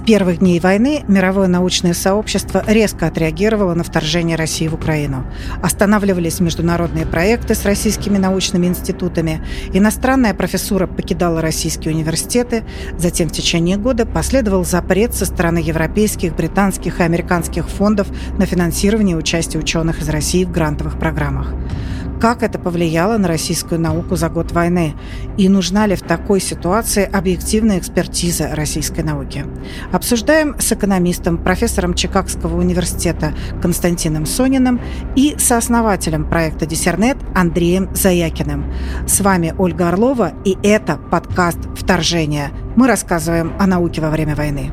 первых дней войны мировое научное сообщество резко отреагировало на вторжение России в Украину. Останавливались международные проекты с российскими научными институтами, иностранная профессура покидала российские университеты, затем в течение года последовал запрет со стороны европейских, британских и американских фондов на финансирование участия ученых из России в грантовых программах. Как это повлияло на российскую науку за год войны? И нужна ли в такой ситуации объективная экспертиза российской науки? Обсуждаем с экономистом, профессором Чикагского университета Константином Сониным и сооснователем проекта «Диссернет» Андреем Заякиным. С вами Ольга Орлова, и это подкаст «Вторжение». Мы рассказываем о науке во время войны.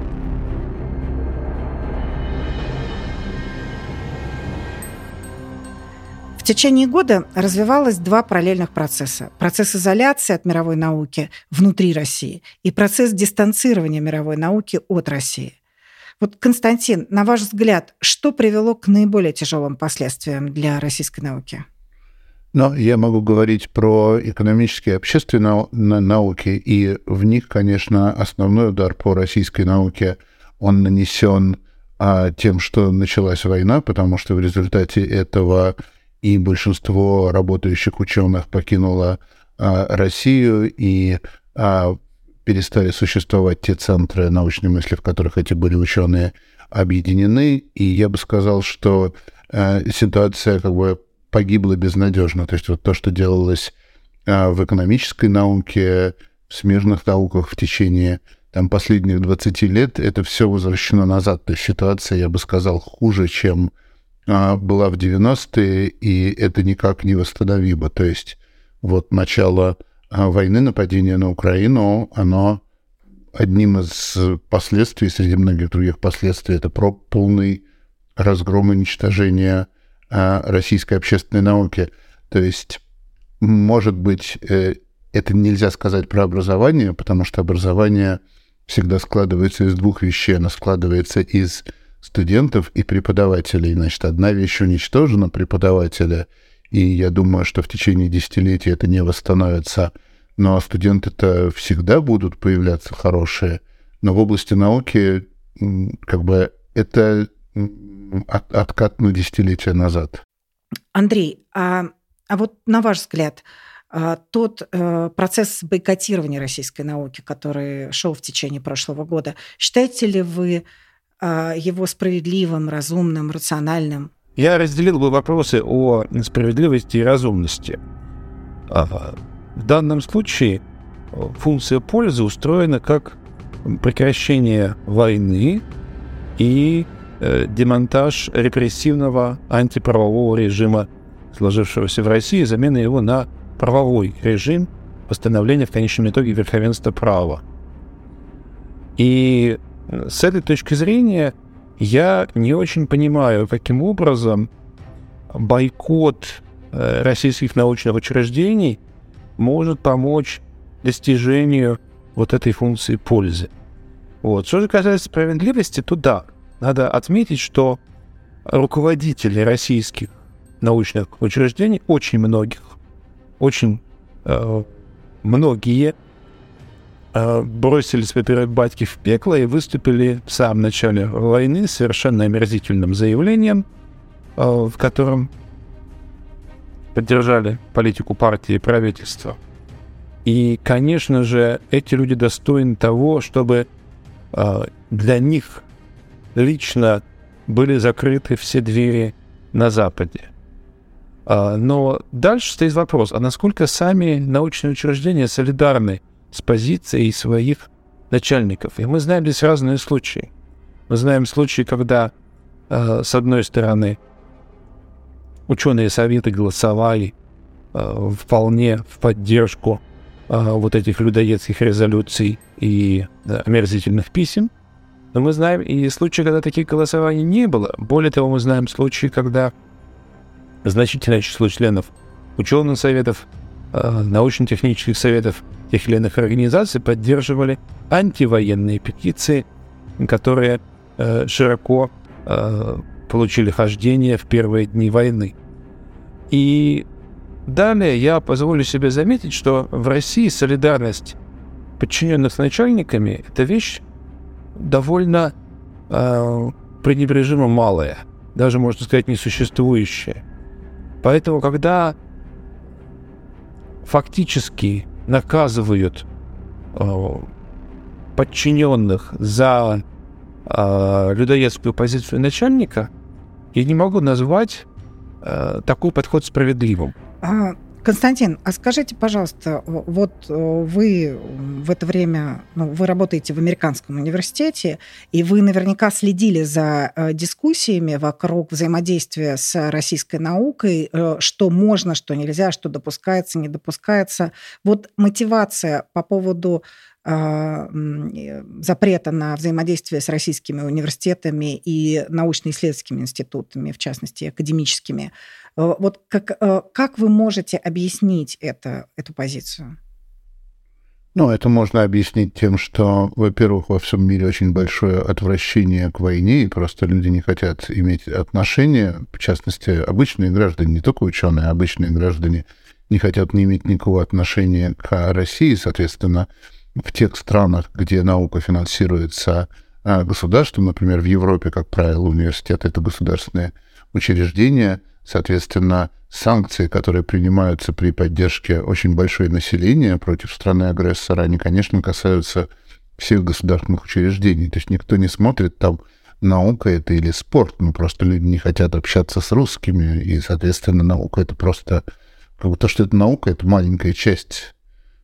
В течение года развивалось два параллельных процесса. Процесс изоляции от мировой науки внутри России и процесс дистанцирования мировой науки от России. Вот, Константин, на ваш взгляд, что привело к наиболее тяжелым последствиям для российской науки? Я могу говорить про экономические и общественные науки, и в них, конечно, основной удар по российской науке, он нанесен тем, что началась война, потому что в результате этого и большинство работающих ученых покинуло Россию, и перестали существовать те центры научной мысли, в которых эти были ученые объединены. И я бы сказал, что ситуация погибла безнадежно. То есть вот то, что делалось в экономической науке, в смежных науках в течение последних 20 лет, это все возвращено назад. То есть ситуация, я бы сказал, хуже, чем была в 90-е, и это никак не восстановимо. То есть вот начало войны, нападения на Украину, оно одним из последствий, среди многих других последствий, это полный разгром и уничтожение российской общественной науки. То есть, может быть, это нельзя сказать про образование, потому что образование всегда складывается из двух вещей. Оно складывается из студентов и преподавателей. Значит, одна вещь уничтожена, преподавателя, и я думаю, что в течение десятилетий это не восстановится. Но студенты-то всегда будут появляться хорошие. Но в области науки это откат на десятилетия назад. Андрей, а вот на ваш взгляд, тот процесс бойкотирования российской науки, который шел в течение прошлого года, считаете ли вы его справедливым, разумным, рациональным? Я разделил бы вопросы о справедливости и разумности. В данном случае функция пользы устроена как прекращение войны и демонтаж репрессивного антиправового режима, сложившегося в России, замена его на правовой режим, восстановления в конечном итоге верховенства права. И с этой точки зрения я не очень понимаю, каким образом бойкот российских научных учреждений может помочь достижению вот этой функции пользы. Что же касается справедливости, то да, надо отметить, что руководители российских научных учреждений, очень многие бросились поперек батьки в пекло и выступили в самом начале войны с совершенно омерзительным заявлением, в котором поддержали политику партии и правительства. И, конечно же, эти люди достойны того, чтобы для них лично были закрыты все двери на Западе. Но дальше стоит вопрос, а насколько сами научные учреждения солидарны с позицией своих начальников? И мы знаем здесь разные случаи. Мы знаем случаи, когда, с одной стороны, ученые советы голосовали вполне в поддержку вот этих людоедских резолюций и омерзительных писем. Но мы знаем и случаи, когда таких голосований не было. Более того, мы знаем случаи, когда значительное число членов ученых советов, научно-технических советов тех или иных организаций поддерживали антивоенные петиции, которые широко получили хождение в первые дни войны. И далее я позволю себе заметить, что в России солидарность подчиненных с начальниками – это вещь довольно пренебрежимо малое, даже, можно сказать, несуществующее. Поэтому, когда фактически наказывают подчиненных за людоедскую позицию начальника, я не могу назвать такой подход справедливым. Константин, а скажите, пожалуйста, вот вы в это время, вы работаете в американском университете, и вы наверняка следили за дискуссиями вокруг взаимодействия с российской наукой, что можно, что нельзя, что допускается, не допускается. Вот мотивация по поводу запрета на взаимодействие с российскими университетами и научно-исследовательскими институтами, в частности, академическими. Вот как вы можете объяснить эту позицию? Это можно объяснить тем, что, во-первых, во всем мире очень большое отвращение к войне, и просто люди не хотят иметь отношения, в частности, обычные граждане, не только ученые, а обычные граждане не хотят не иметь никакого отношения к России, соответственно, в тех странах, где наука финансируется государством, например, в Европе, как правило, университеты — это государственные учреждения, соответственно, санкции, которые принимаются при поддержке очень большого населения против страны-агрессора, они, конечно, касаются всех государственных учреждений. То есть никто не смотрит, там, наука это или спорт, просто люди не хотят общаться с русскими, и, соответственно, наука — это просто... то, что это наука, это маленькая часть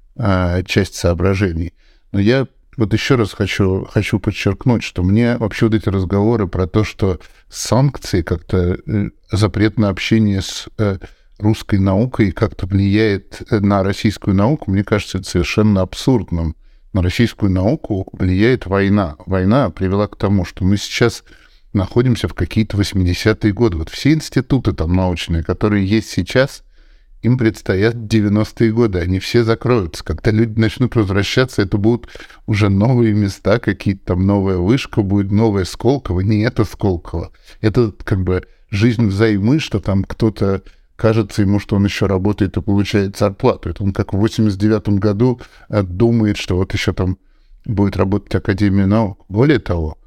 соображений. Но я еще раз хочу подчеркнуть, что мне вообще вот эти разговоры про то, что санкции как-то, запрет на общение с русской наукой как-то влияет на российскую науку, мне кажется, это совершенно абсурдным. На российскую науку влияет война. Война привела к тому, что мы сейчас находимся в какие-то 80-е годы. Вот все институты там научные, которые есть сейчас, им предстоят 90-е годы, они все закроются. Когда люди начнут возвращаться, это будут уже новые места, какие-то там новая вышка, будет новая Сколково. Не это Сколково. Это жизнь взаймы, что там кто-то кажется ему, что он еще работает и получает зарплату. Это он как в 89-м году думает, что вот еще там будет работать Академия наук. Более того,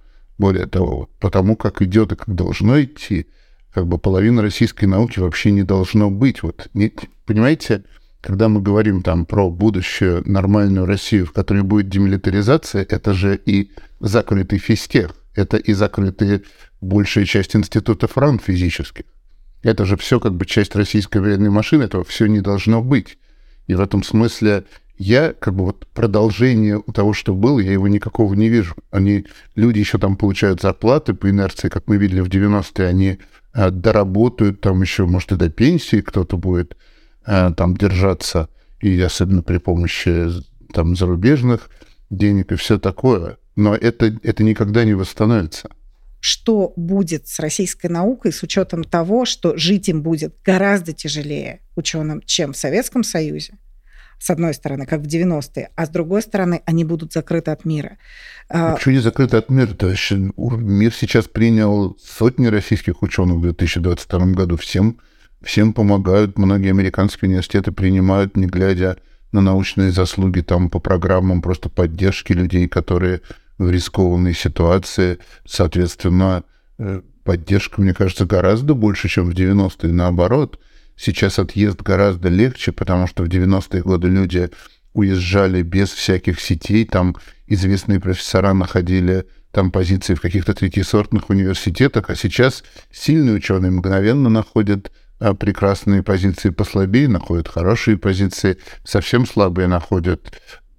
потому как идет и как должно идти, половина российской науки вообще не должно быть. Понимаете, когда мы говорим там про будущую нормальную Россию, в которой будет демилитаризация, это же и закрытый физтех, это и закрытые большая часть институтов РАН физических. Это же все часть российской военной машины, этого все не должно быть. И в этом смысле я продолжение того, что было, я его никакого не вижу. Люди еще там получают зарплаты по инерции, как мы видели в 90-е, они доработают, там еще, может, и до пенсии кто-то будет там держаться, и особенно при помощи там зарубежных денег и все такое. Но это никогда не восстановится. Что будет с российской наукой с учетом того, что жить им будет гораздо тяжелее ученым, чем в Советском Союзе? С одной стороны, как в 90-е, а с другой стороны, они будут закрыты от мира. Почему не закрыты от мира? Мир сейчас принял сотни российских ученых в 2022 году. Всем помогают. Многие американские университеты принимают, не глядя на научные заслуги, там по программам просто поддержки людей, которые в рискованной ситуации. Соответственно, поддержка, мне кажется, гораздо больше, чем в 90-е. Наоборот, сейчас отъезд гораздо легче, потому что в 90-е годы люди уезжали без всяких сетей, там известные профессора находили там позиции в каких-то третьесортных университетах, а сейчас сильные ученые мгновенно находят прекрасные позиции послабее, находят хорошие позиции, совсем слабые находят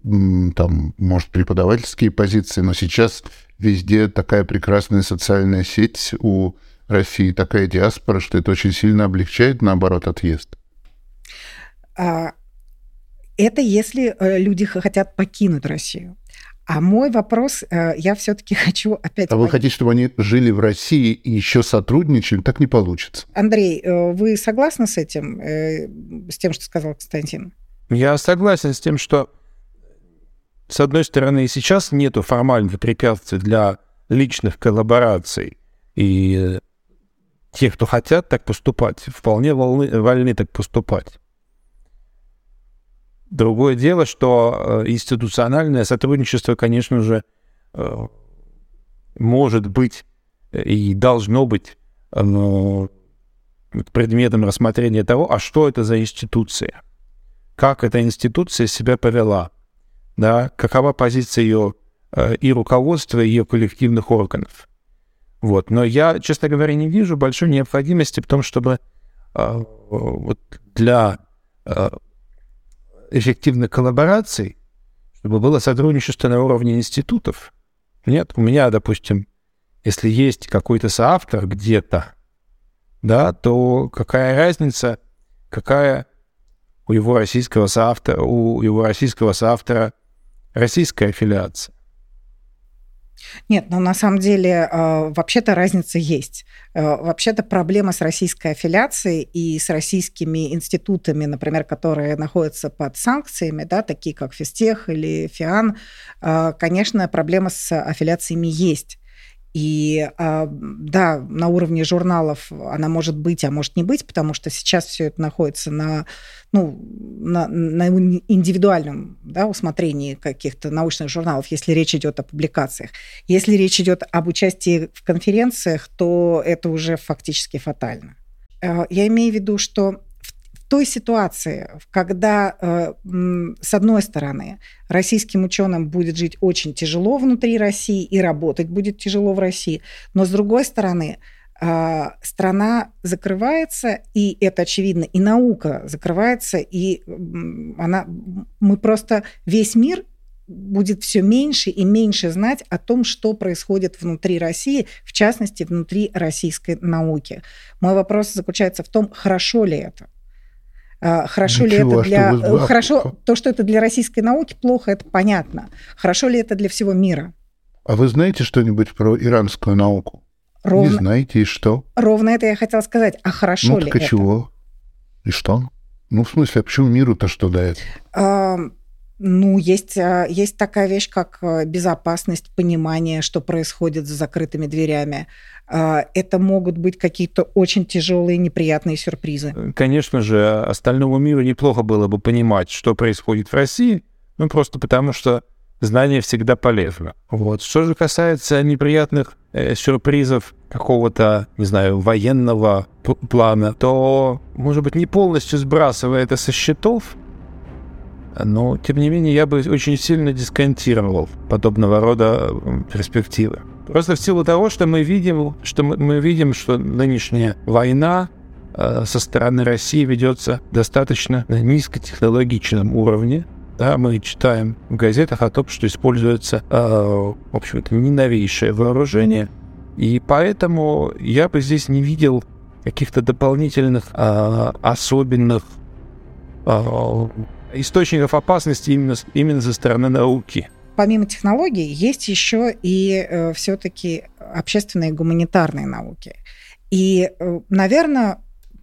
там, может, преподавательские позиции, но сейчас везде такая прекрасная социальная сеть у России, такая диаспора, что это очень сильно облегчает, наоборот, отъезд. Это если люди хотят покинуть Россию. А мой вопрос, я все-таки хочу опять... А вы хотите, чтобы они жили в России и еще сотрудничали? Так не получится. Андрей, вы согласны с этим, с тем, что сказал Константин? Я согласен с тем, что, с одной стороны, и сейчас нету формальных препятствий для личных коллабораций, и те, кто хотят так поступать, вполне вольны так поступать. Другое дело, что институциональное сотрудничество, конечно же, может быть и должно быть предметом рассмотрения того, а что это за институция, как эта институция себя повела, да, какова позиция ее и руководства, и ее коллективных органов. Вот. Но я, честно говоря, не вижу большой необходимости в том, чтобы вот для эффективных коллабораций, чтобы было сотрудничество на уровне институтов. Нет, у меня, допустим, если есть какой-то соавтор где-то, да, то какая разница, какая у его российского соавтора российская аффилиация? Нет, но на самом деле вообще-то разница есть. Вообще-то проблема с российской аффилиацией и с российскими институтами, например, которые находятся под санкциями, да, такие как Физтех или ФИАН, конечно, проблема с аффилиациями есть. И да, на уровне журналов она может быть, а может не быть, потому что сейчас все это находится на индивидуальном, да, усмотрении каких-то научных журналов, если речь идет о публикациях. Если речь идет об участии в конференциях, то это уже фактически фатально. Я имею в виду, что в той ситуации, когда, с одной стороны, российским ученым будет жить очень тяжело внутри России и работать будет тяжело в России, но с другой стороны, страна закрывается, и это очевидно, и наука закрывается, и весь мир будет все меньше и меньше знать о том, что происходит внутри России, в частности, внутри российской науки. Мой вопрос заключается в том, хорошо ли это. Хорошо ли это для... Хорошо, то, что это для российской науки, плохо, это понятно. Хорошо ли это для всего мира? А вы знаете что-нибудь про иранскую науку? Не знаете, и что? Ровно это я хотела сказать. А хорошо ли это? Ну, так чего? И что? Ну, в смысле, а почему миру-то что дает? Есть такая вещь, как безопасность, понимание, что происходит за закрытыми дверями. Это могут быть какие-то очень тяжелые, неприятные сюрпризы. Конечно же, остальному миру неплохо было бы понимать, что происходит в России, просто потому что знание всегда полезно. Вот. Что же касается неприятных сюрпризов какого-то, не знаю, военного плана, то, может быть, не полностью сбрасывая это со счетов, но, тем не менее, я бы очень сильно дисконтировал подобного рода перспективы. Просто в силу того, что мы видим, что нынешняя война со стороны России ведется достаточно на низкотехнологичном уровне. Да, мы читаем в газетах о том, что используется, в общем-то, не новейшее вооружение. И поэтому я бы здесь не видел каких-то дополнительных, особенных источников опасности именно со стороны науки. Помимо технологий, есть еще и все-таки общественные и гуманитарные науки. И, наверное,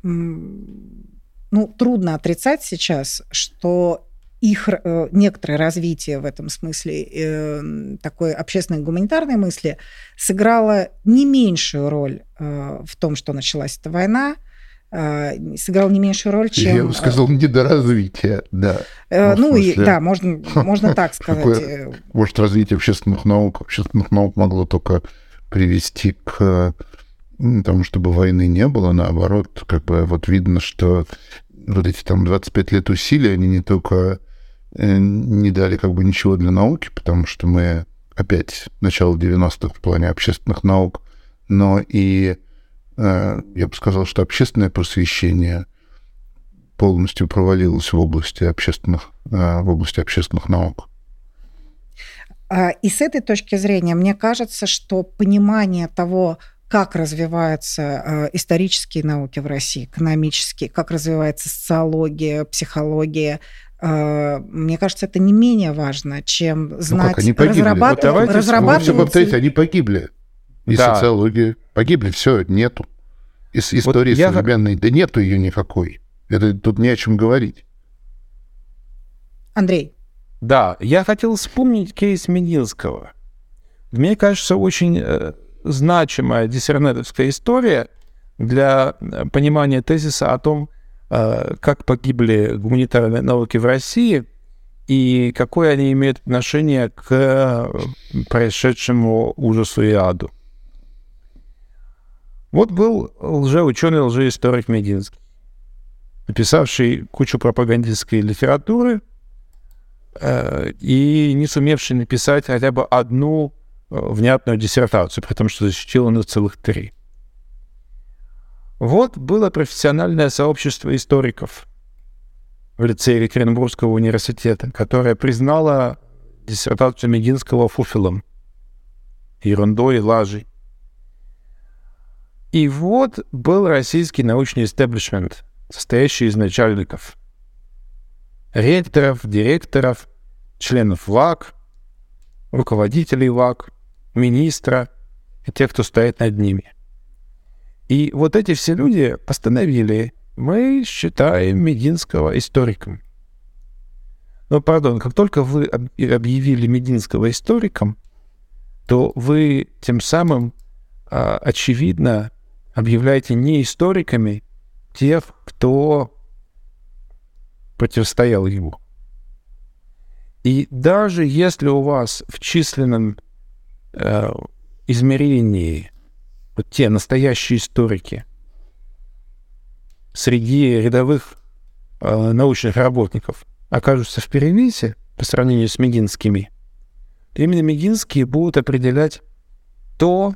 трудно отрицать сейчас, что их некоторое развитие в этом смысле, такой общественной и гуманитарной мысли, сыграло не меньшую роль в том, что началась эта война, сыграл не меньшую роль, чем... Я бы сказал, недоразвитие, да. Можно так сказать. Может, развитие общественных наук могло только привести к тому, чтобы войны не было, наоборот, видно, что вот эти 25 лет усилий, они не только не дали ничего для науки, потому что мы опять начало 90-х в плане общественных наук, но и я бы сказал, что общественное просвещение полностью провалилось в области общественных наук. И с этой точки зрения, мне кажется, что понимание того, как развиваются исторические науки в России, экономические, как развивается социология, психология, мне кажется, это не менее важно, чем знать, разрабатывать... Они погибли. И социология. Погибли, все, нету. Истории современной, да нету ее никакой. Это тут не о чем говорить. Андрей. Да, я хотел вспомнить кейс Мединского. Мне кажется, очень значимая диссернетовская история для понимания тезиса о том, как погибли гуманитарные науки в России и какое они имеют отношение к происшедшему ужасу и аду. Вот был лжеученый, лжеисторик Мединский, написавший кучу пропагандистской литературы и не сумевший написать хотя бы одну внятную диссертацию, при том, что защитил он их целых 3. Вот было профессиональное сообщество историков в лице Екатеринбургского университета, которое признало диссертацию Мединского фуфелом, ерундой и лажей. И вот был российский научный истеблишмент, состоящий из начальников, ректоров, директоров, членов ВАК, руководителей ВАК, министра и тех, кто стоит над ними. И вот эти все люди постановили: мы считаем Мединского историком. Но, пардон, как только вы объявили Мединского историком, то вы тем самым, очевидно, объявляете не историками тех, кто противостоял ему. И даже если у вас в численном измерении вот те настоящие историки среди рядовых научных работников окажутся в перевесе по сравнению с Мединскими, то именно Мединские будут определять то,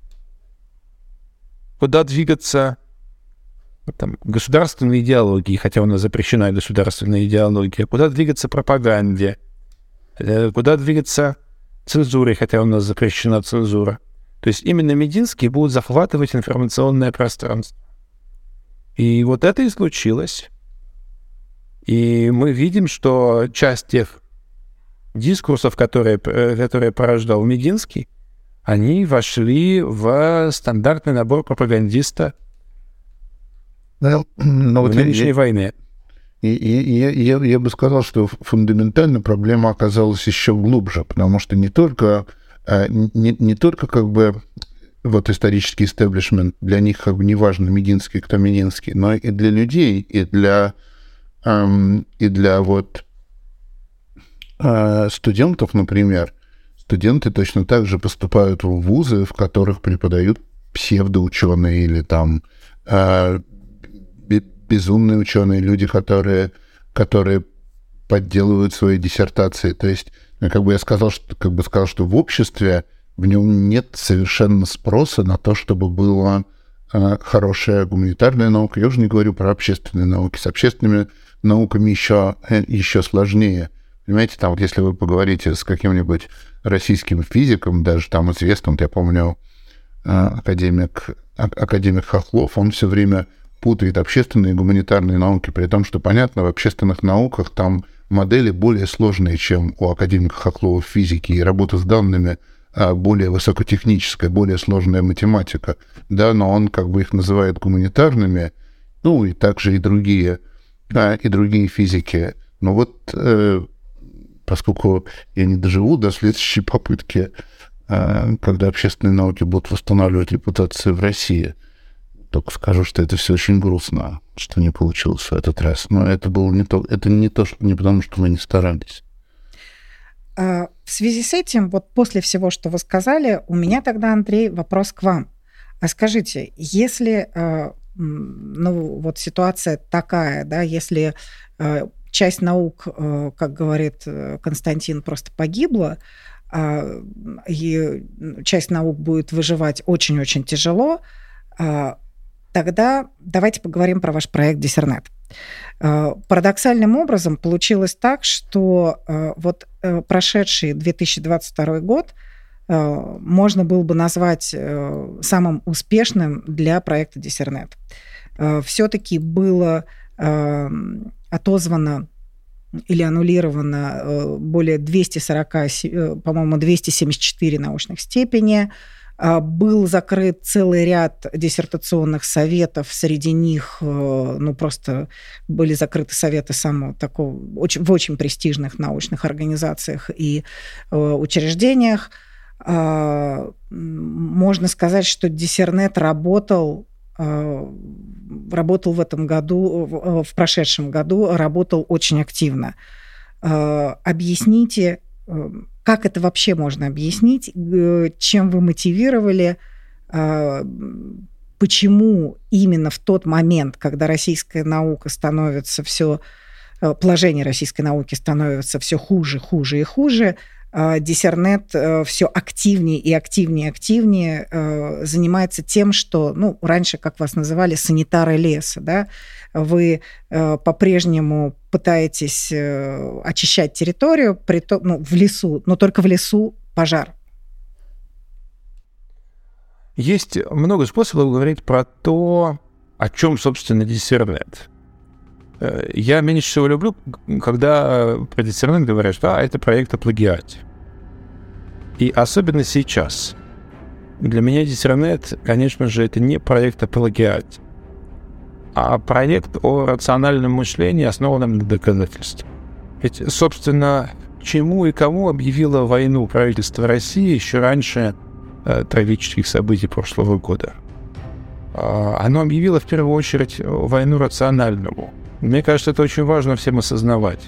куда двигаться там, государственной идеологии, хотя у нас запрещена государственная идеология, куда двигаться пропаганде, куда двигаться цензуре, хотя у нас запрещена цензура. То есть именно Мединские будут захватывать информационное пространство. И вот это и случилось. И мы видим, что часть тех дискурсов, которые порождал Мединский, они вошли в стандартный набор пропагандиста в нынешней войне. Я бы сказал, что фундаментально проблема оказалась еще глубже, потому что не только как бы вот исторический истеблишмент, для них как бы не важно, Мединский, кто Мединский, но и для людей, и для вот студентов, например. Студенты точно так же поступают в вузы, в которых преподают псевдоученые или там безумные ученые, люди, которые подделывают свои диссертации. То есть, как бы я сказал, что в обществе в нем нет совершенно спроса на то, чтобы была хорошая гуманитарная наука. Я уже не говорю про общественные науки. С общественными науками еще сложнее. Понимаете, там вот если вы поговорите с каким-нибудь российским физиком, даже там известным, я помню, академик Хохлов, он все время путает общественные и гуманитарные науки, при том, что, понятно, в общественных науках там модели более сложные, чем у академика Хохлова в физике, и работа с данными более высокотехническая, более сложная математика, да, но он как бы их называет гуманитарными, ну, и также и другие физики. Но вот поскольку я не доживу до следующей попытки, когда общественные науки будут восстанавливать репутацию в России, только скажу, что это все очень грустно, что не получилось в этот раз. Но это было не потому, что мы не старались. В связи с этим, вот после всего, что вы сказали, у меня тогда, Андрей, вопрос к вам. А скажите, если вот ситуация такая, да, если часть наук, как говорит Константин, просто погибла, и часть наук будет выживать очень-очень тяжело, тогда давайте поговорим про ваш проект «Диссернет». Парадоксальным образом получилось так, что вот прошедший 2022 год можно было бы назвать самым успешным для проекта «Диссернет». Все-таки было отозвано или аннулировано более 240, по-моему, 274 научных степени. Был закрыт целый ряд диссертационных советов. Среди них, ну, просто были закрыты советы самого такого, в очень престижных научных организациях и учреждениях. Можно сказать, что Диссернет работал в этом году, в прошедшем году работал очень активно. Объясните, как это вообще можно объяснить, чем вы мотивировали, почему именно в тот момент, когда российская наука становится все, положение российской науки становится все хуже, хуже и хуже, Диссернет все активнее и активнее и активнее занимается тем, что, ну, раньше, как вас называли, санитары леса, да, вы по-прежнему пытаетесь очищать территорию, в лесу, но только в лесу пожар. Есть много способов говорить про то, о чем, собственно, диссернет. Я меньше всего люблю, когда про диссернет говорят, что это проект о плагиате. И особенно сейчас. Для меня диссернет, конечно же, это не проект о плагиате, а проект о рациональном мышлении, основанном на доказательствах. Ведь, собственно, чему и кому объявило войну правительство России еще раньше трагических событий прошлого года? Оно объявило в первую очередь войну рациональному. Мне кажется, это очень важно всем осознавать,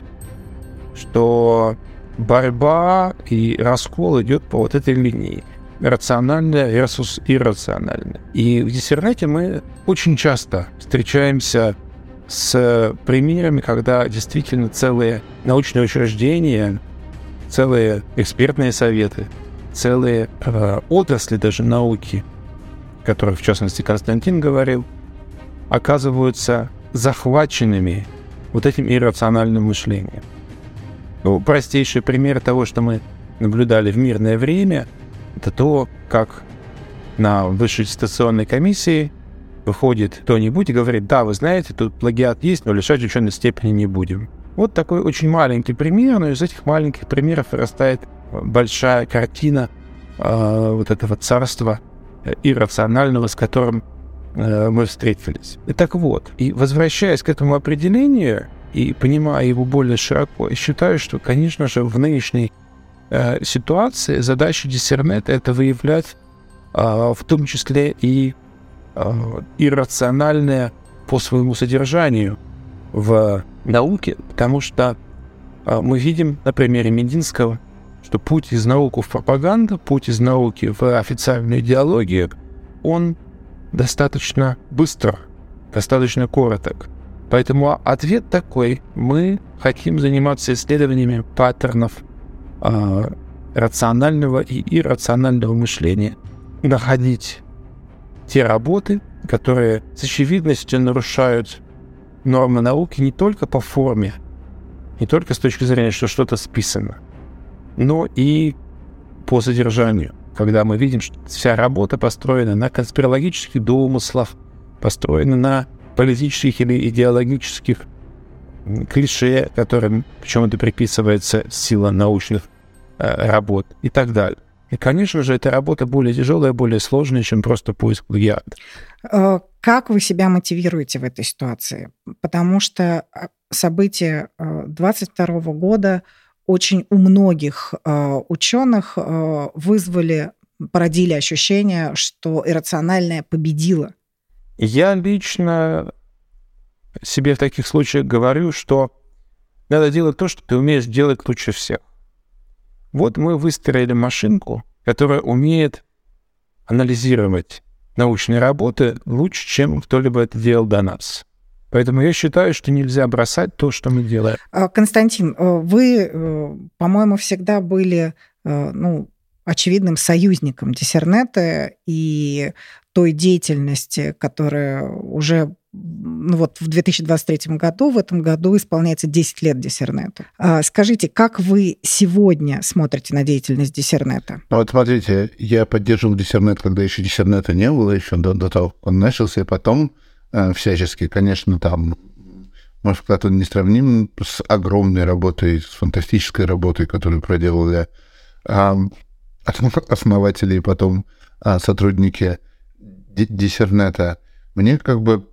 что борьба и раскол идет по вот этой линии. Рациональное versus иррациональное. И в диссернете мы очень часто встречаемся с примерами, когда действительно целые научные учреждения, целые экспертные советы, целые отрасли даже науки, о которых, в частности, Константин говорил, оказываются захваченными вот этим иррациональным мышлением. Ну, простейший пример того, что мы наблюдали в мирное время, это то, как на высшей аттестационной комиссии выходит кто-нибудь и говорит: да, вы знаете, тут плагиат есть, но лишать ученой степени не будем. Вот такой очень маленький пример, но из этих маленьких примеров вырастает большая картина вот этого царства иррационального, с которым мы встретились. И так вот, и возвращаясь к этому определению и понимая его более широко, я считаю, что, конечно же, в нынешней ситуации задача диссернета — это выявлять в том числе и иррациональное по своему содержанию в науке, потому что мы видим на примере Мединского, что путь из науки в пропаганду, путь из науки в официальную идеологию, он достаточно быстро, достаточно короток. Поэтому ответ такой: мы хотим заниматься исследованиями паттернов рационального и иррационального мышления, находить те работы, которые с очевидностью нарушают нормы науки не только по форме, не только с точки зрения, что что-то списано, но и по содержанию. Когда мы видим, что вся работа построена на конспирологических домыслах, построена на политических или идеологических клише, которым почему-то приписывается сила научных работ и так далее. И, конечно же, эта работа более тяжелая, более сложная, чем просто поиск плагиата. Как вы себя мотивируете в этой ситуации? Потому что события 22 года очень у многих ученых породили ощущение, что иррациональное победило. Я лично себе в таких случаях говорю, что надо делать то, что ты умеешь делать лучше всех. Вот мы выстроили машинку, которая умеет анализировать научные работы лучше, чем кто-либо это делал до нас. Поэтому я считаю, что нельзя бросать то, что мы делаем. Константин, вы, по-моему, всегда были очевидным союзником диссернета и той деятельности, которая уже в 2023 году, в этом году исполняется 10 лет диссернету. Скажите, как вы сегодня смотрите на деятельность диссернета? Вот смотрите, я поддерживал диссернет, когда еще диссернета не было, еще до того, как он начался, и потом всячески, конечно, там мой вклад он не сравним с огромной работой, с фантастической работой, которую проделали основатели и потом сотрудники диссернета. Мне как бы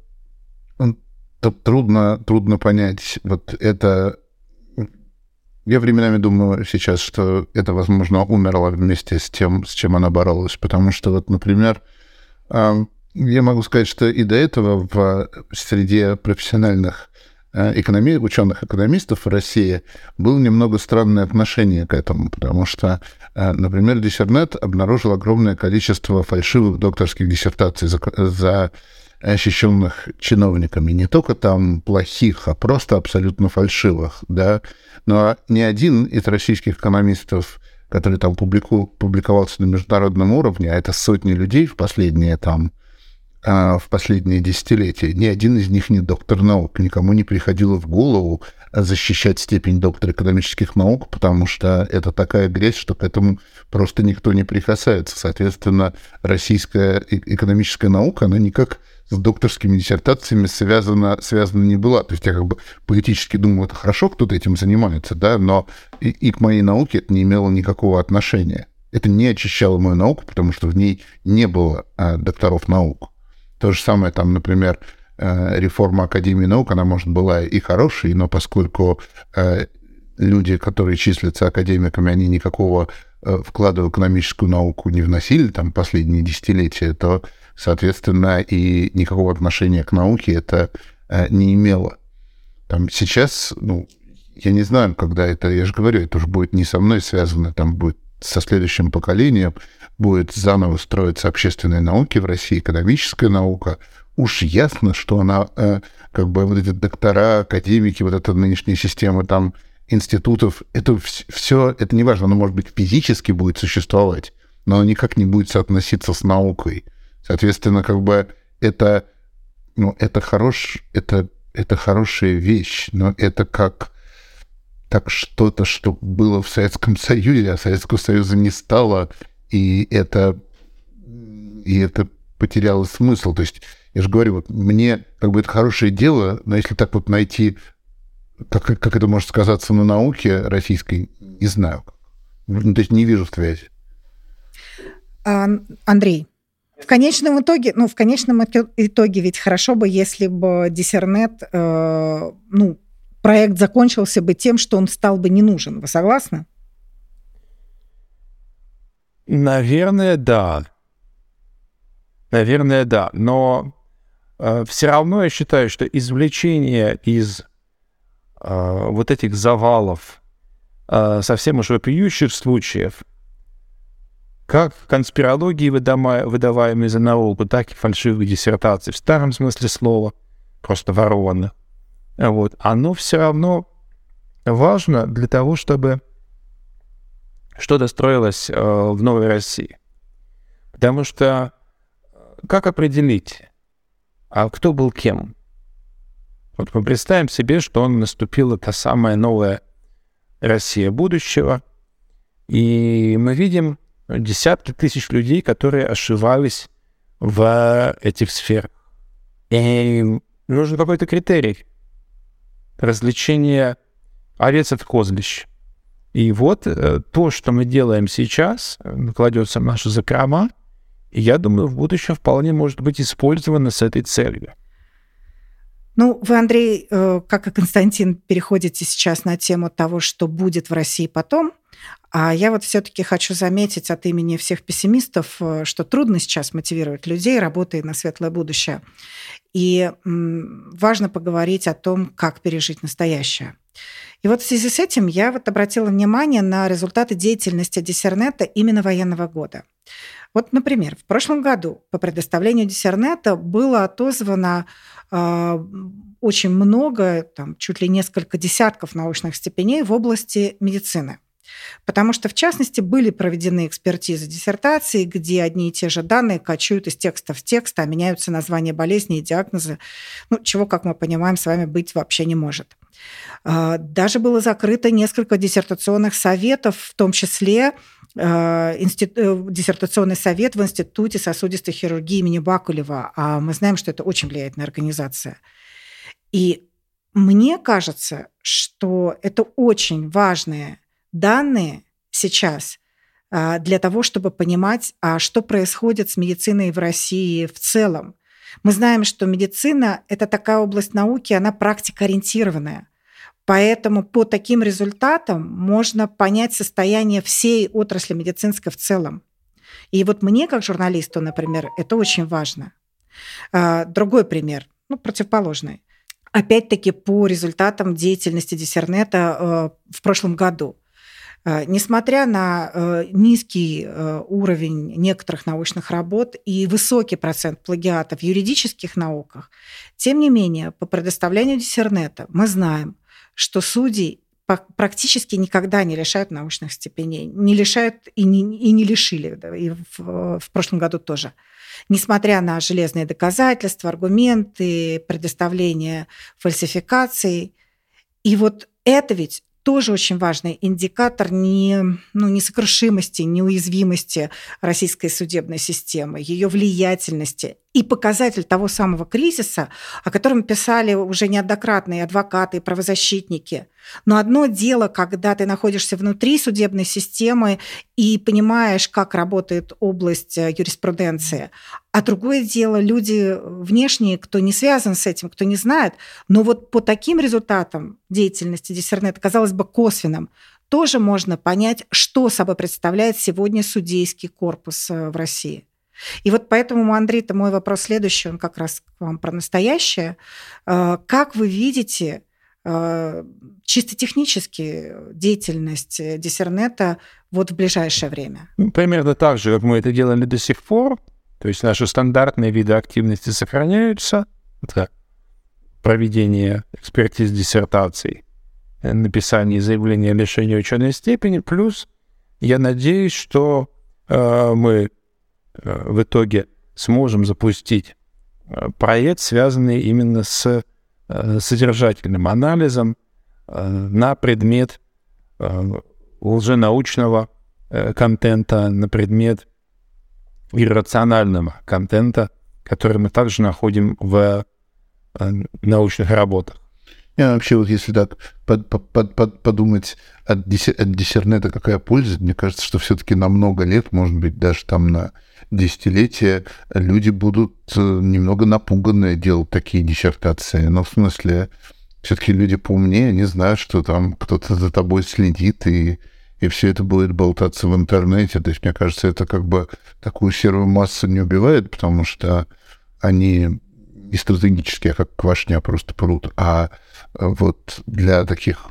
трудно понять вот это. Я временами думаю сейчас, что это, возможно, умерло вместе с тем, с чем она боролась. Потому что, вот, например, я могу сказать, что и до этого в среде профессиональных ученых-экономистов в России было немного странное отношение к этому, потому что, например, Диссернет обнаружил огромное количество фальшивых докторских диссертаций, защищенных чиновниками. Не только там плохих, а просто абсолютно фальшивых. Да? Но ни один из российских экономистов, который там публиковался на международном уровне, а это сотни людей в последние десятилетия, ни один из них не доктор наук. Никому не приходило в голову защищать степень доктора экономических наук, потому что это такая грязь, что к этому просто никто не прикасается. Соответственно, российская экономическая наука, она никак с докторскими диссертациями связана не была. То есть я как бы поэтически думаю, это хорошо, кто-то этим занимается, да, но и к моей науке это не имело никакого отношения. Это не очищало мою науку, потому что в ней не было докторов наук. То же самое, там, например, реформа Академии наук, она, может, была и хорошей, но поскольку люди, которые числятся академиками, они никакого вклада в экономическую науку не вносили там последние десятилетия, то, соответственно, и никакого отношения к науке это не имело. Там сейчас, я не знаю, когда это, я же говорю, это уже будет не со мной связано, там будет со следующим поколением, будет заново строиться общественные науки в России, экономическая наука. Уж ясно, что она, как бы вот эти доктора, академики, вот эта нынешняя система там институтов, это все, это не важно, оно, может быть, физически будет существовать, но оно никак не будет соотноситься с наукой. Соответственно, как бы это хорошая вещь, но это как что-то, что было в Советском Союзе, а Советского Союза не стало, и это потеряло смысл. То есть, я же говорю, вот мне как бы это хорошее дело, но если так вот найти, как это может сказаться на науке российской, не знаю. То есть не вижу связи. Андрей, в конечном итоге ведь хорошо бы, если бы Диссернет, проект закончился бы тем, что он стал бы не нужен. Вы согласны? Наверное, да. Но все равно я считаю, что извлечение из вот этих завалов совсем уж вопиющих случаев, как конспирологии, выдаваемые за науку, так и фальшивых диссертаций, в старом смысле слова, просто ворованных, оно все равно важно для того, чтобы что-то строилось в новой России. Потому что как определить, кто был кем? Вот мы представим себе, что наступила та самая новая Россия будущего, и мы видим десятки тысяч людей, которые ошивались в этих сферах. И нужен какой-то критерий развлечения овец от козлищ. И вот то, что мы делаем сейчас, кладется в наши закрома, и я думаю, в будущем вполне может быть использовано с этой целью. Вы, Андрей, как и Константин, переходите сейчас на тему того, что будет в России потом. А я вот все-таки хочу заметить от имени всех пессимистов, что трудно сейчас мотивировать людей, работая на светлое будущее. И важно поговорить о том, как пережить настоящее. И вот в связи с этим я обратила внимание на результаты деятельности Диссернета именно военного года. Вот, например, в прошлом году по предоставлению Диссернета было отозвано очень много, чуть ли несколько десятков научных степеней в области медицины. Потому что, в частности, были проведены экспертизы диссертаций, где одни и те же данные кочуют из текста в текст, а меняются названия болезней и диагнозы, чего, как мы понимаем, с вами быть вообще не может. Даже было закрыто несколько диссертационных советов, в том числе диссертационный совет в Институте сосудистой хирургии имени Бакулева. А мы знаем, что это очень влияет на организацию. И мне кажется, что это очень важные данные сейчас для того, чтобы понимать, что происходит с медициной в России в целом. Мы знаем, что медицина – это такая область науки, она практикоориентированная. Поэтому по таким результатам можно понять состояние всей отрасли медицинской в целом. И вот мне, как журналисту, например, это очень важно. Другой пример, противоположный. опять-таки по результатам деятельности Диссернета в прошлом году. Несмотря на низкий уровень некоторых научных работ и высокий процент плагиата в юридических науках, тем не менее, по предоставлению Диссернета мы знаем, что судей практически никогда не лишают научных степеней, не лишают и не лишили, и в прошлом году тоже. Несмотря на железные доказательства, аргументы, предоставление фальсификаций. И вот это ведь тоже очень важный индикатор несокрушимости, неуязвимости российской судебной системы, ее влиятельности и показатель того самого кризиса, о котором писали уже неоднократно и адвокаты, и правозащитники. Но одно дело, когда ты находишься внутри судебной системы и понимаешь, как работает область юриспруденции, а другое дело люди внешние, кто не связан с этим, кто не знает. Но вот по таким результатам деятельности Диссернета, казалось бы, косвенным, тоже можно понять, что собой представляет сегодня судейский корпус в России. И вот поэтому, Андрей, мой вопрос следующий, он как раз к вам про настоящее. Как вы видите чисто технически деятельность Диссернета вот в ближайшее время? Примерно так же, как мы это делали до сих пор. То есть наши стандартные виды активности сохраняются. Это проведение экспертиз диссертаций, написание заявления о лишении ученой степени. Плюс я надеюсь, что мы в итоге сможем запустить проект, связанный именно с содержательным анализом на предмет лженаучного контента, на предмет иррационального контента, который мы также находим в научных работах. Я вообще, вот если так подумать от Диссернета, какая польза, мне кажется, что все-таки на много лет, может быть, даже там на десятилетия, люди будут немного напуганные делать такие диссертации. Но в смысле, все-таки люди поумнее, они знают, что там кто-то за тобой следит, и все это будет болтаться в интернете. То есть, мне кажется, это как бы такую серую массу не убивает, потому что они не стратегические, как квашня, просто прут, а вот для таких,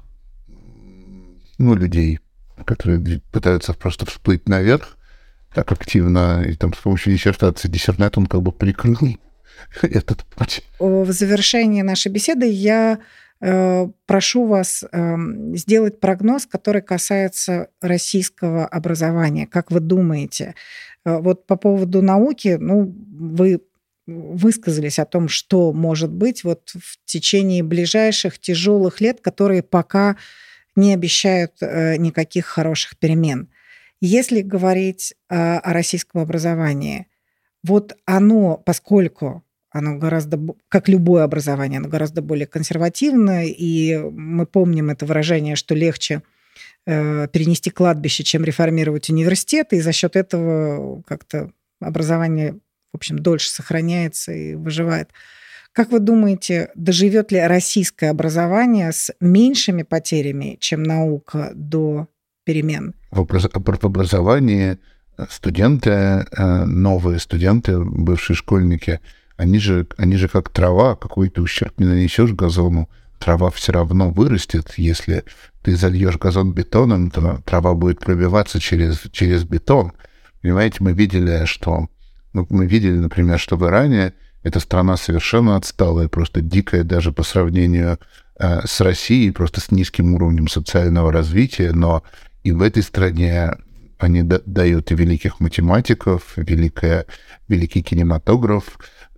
людей, которые пытаются просто всплыть наверх так активно, и там с помощью диссертации Диссернет, он как бы прикрыл этот путь. В завершении нашей беседы я прошу вас сделать прогноз, который касается российского образования. Как вы думаете? Вот по поводу науки, вы высказались о том, что может быть вот в течение ближайших тяжелых лет, которые пока не обещают никаких хороших перемен. Если говорить о российском образовании, вот оно, поскольку оно гораздо, как любое образование, оно гораздо более консервативно, и мы помним это выражение, что легче перенести кладбище, чем реформировать университеты, и за счет этого как-то образование, в общем, дольше сохраняется и выживает. Как вы думаете, доживет ли российское образование с меньшими потерями, чем наука, до перемен? В образовании студенты, новые студенты, бывшие школьники, они же как трава, какой-то ущерб не нанесешь газону, трава все равно вырастет. Если ты зальешь газон бетоном, то трава будет пробиваться через бетон. Понимаете, мы видели, например, что в Иране эта страна совершенно отсталая, просто дикая даже по сравнению с Россией, просто с низким уровнем социального развития, но и в этой стране они дают и великих математиков, великий кинематограф.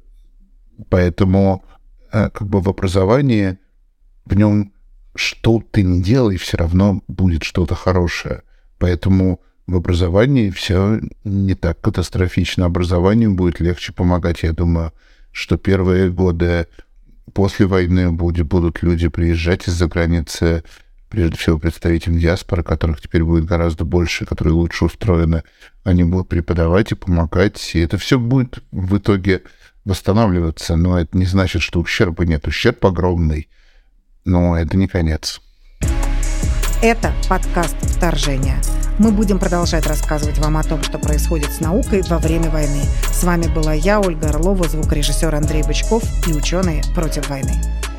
Поэтому как бы в образовании, в нем что ты ни делай, все равно будет что-то хорошее. Поэтому в образовании все не так катастрофично. Образованию будет легче помогать. Я думаю, что первые годы после войны будут люди приезжать из-за границы, прежде всего представители диаспоры, которых теперь будет гораздо больше, которые лучше устроены. Они будут преподавать и помогать, и это все будет в итоге восстанавливаться. Но это не значит, что ущерба нет. Ущерб огромный, но это не конец. Это подкаст «Вторжение». Мы будем продолжать рассказывать вам о том, что происходит с наукой во время войны. С вами была я, Ольга Орлова, звукорежиссер Андрей Бычков и ученые против войны.